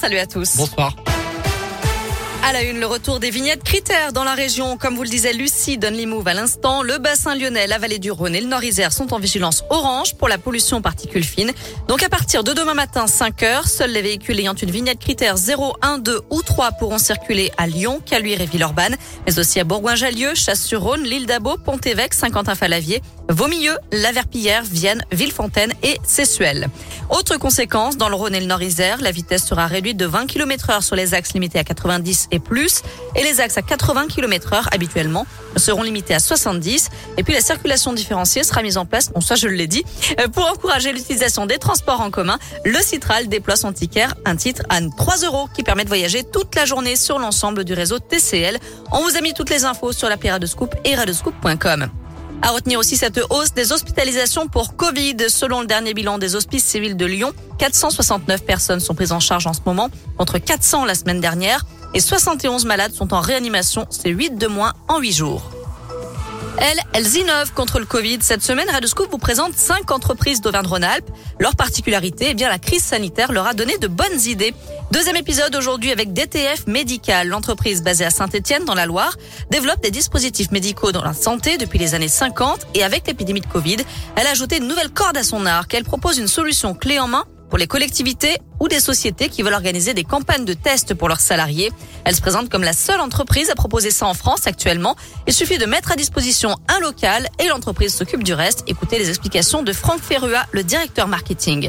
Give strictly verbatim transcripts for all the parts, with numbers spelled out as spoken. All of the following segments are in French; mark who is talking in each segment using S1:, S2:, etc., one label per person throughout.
S1: salut à tous.
S2: Bonsoir.
S1: À la une, le retour des vignettes critères dans la région. Comme vous le disait Lucie Donne-Limouve à l'instant, le bassin lyonnais, la vallée du Rhône et le Nord-Isère sont en vigilance orange pour la pollution aux particules fines. Donc à partir de demain matin, cinq heures, seuls les véhicules ayant une vignette critère zéro, un, deux ou trois pourront circuler à Lyon, Caluire et Villeurbanne, mais aussi à Bourgoin-Jallieu, Chasse-sur-Rhône, l'île d'Abo, Pont-Évêque, Saint-Quentin-Fallavier, Vaumilieu, La Verpillière, Vienne, Villefontaine et Sessuel. Autre conséquence, dans le Rhône et le Nord-Isère, la vitesse sera réduite de vingt kilomètres heure sur les axes limités à quatre-vingt-dix et plus, et les axes à quatre-vingts kilomètres heure habituellement seront limités à soixante-dix. Et puis la circulation différenciée sera mise en place, bon ça je l'ai dit, pour encourager l'utilisation des transports en commun. Le Citral déploie son ticket, un titre à trois euros qui permet de voyager toute la journée sur l'ensemble du réseau T C L. On vous a mis toutes les infos sur l'appli Radioscoop et radioscoop point com. À retenir aussi cette hausse des hospitalisations pour Covid. Selon le dernier bilan des hospices civils de Lyon, quatre cent soixante-neuf personnes sont prises en charge en ce moment, contre quatre cents la semaine dernière, et soixante et onze malades sont en réanimation. C'est huit de moins en huit jours. Elles, elles innovent contre le Covid. Cette semaine, Radioscoop vous présente cinq entreprises d'Auvergne-Rhône-Alpes. Leur particularité, eh bien, la crise sanitaire leur a donné de bonnes idées. Deuxième épisode aujourd'hui avec D T F Médical. L'entreprise basée à Saint-Étienne dans la Loire développe des dispositifs médicaux dans la santé depuis les années cinquante, et avec l'épidémie de Covid, elle a ajouté une nouvelle corde à son arc. Elle propose une solution clé en main pour les collectivités ou des sociétés qui veulent organiser des campagnes de tests pour leurs salariés. Elle se présente comme la seule entreprise à proposer ça en France actuellement. Il suffit de mettre à disposition un local et l'entreprise s'occupe du reste. Écoutez les explications de Franck Ferrua, le directeur marketing.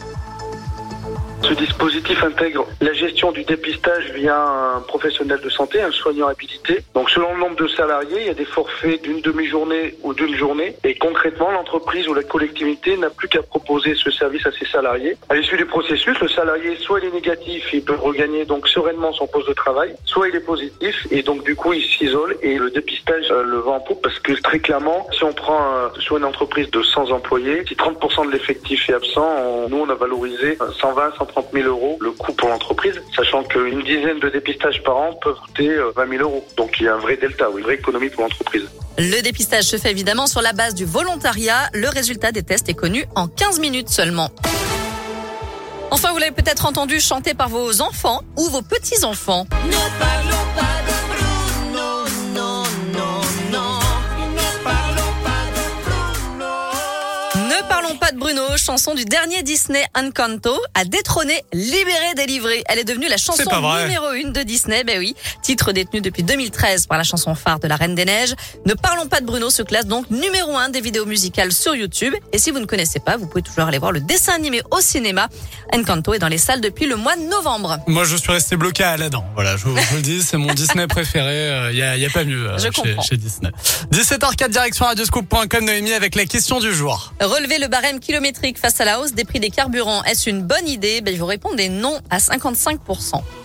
S3: Ce dispositif intègre la gestion du dépistage via un professionnel de santé, un soignant habilité. Donc selon le nombre de salariés, il y a des forfaits d'une demi-journée ou d'une journée. Et concrètement, l'entreprise ou la collectivité n'a plus qu'à proposer ce service à ses salariés. À l'issue du processus, le salarié, soit il est négatif, il peut regagner donc sereinement son poste de travail, soit il est positif et donc du coup il s'isole, et le dépistage euh, le vend en poupe, parce que très clairement, si on prend euh, soit une entreprise de cent employés, si trente pour cent de l'effectif est absent, on, nous on a valorisé cent vingt, cent trente mille euros le coût pour l'entreprise, sachant qu'une dizaine de dépistages par an peuvent coûter vingt mille euros. Donc il y a un vrai delta, une vraie économie pour l'entreprise.
S1: Le dépistage se fait évidemment sur la base du volontariat. Le résultat des tests est connu en quinze minutes seulement. Enfin, vous l'avez peut-être entendu chanter par vos enfants ou vos petits-enfants.
S4: Ne parlons pas de Bruno, non, non, non. Ne parlons pas de Bruno.
S1: Ne parlons pas de Bruno, chanson du dernier Disney Encanto, a détrôné Libéré, délivré. Elle est devenue la chanson numéro une de Disney, ben oui. Titre détenu depuis deux mille treize par la chanson phare de la Reine des Neiges. Ne parlons pas de Bruno se classe donc numéro un des vidéos musicales sur YouTube. Et si vous ne connaissez pas, vous pouvez toujours aller voir le dessin animé au cinéma. Encanto est dans les salles depuis le mois de novembre.
S2: Moi, je suis resté bloqué à Aladdin. Voilà, je vous, je vous le dis, c'est mon Disney préféré. Il y a, y a pas mieux euh, chez, chez Disney. dix-sept heures quatre, direction radioscoop point com, Noémie, avec la question du jour.
S1: Relever le barème kilométrique face à la hausse des prix des carburants, est-ce une bonne idée? Ben, vous répondez non à cinquante-cinq pour cent.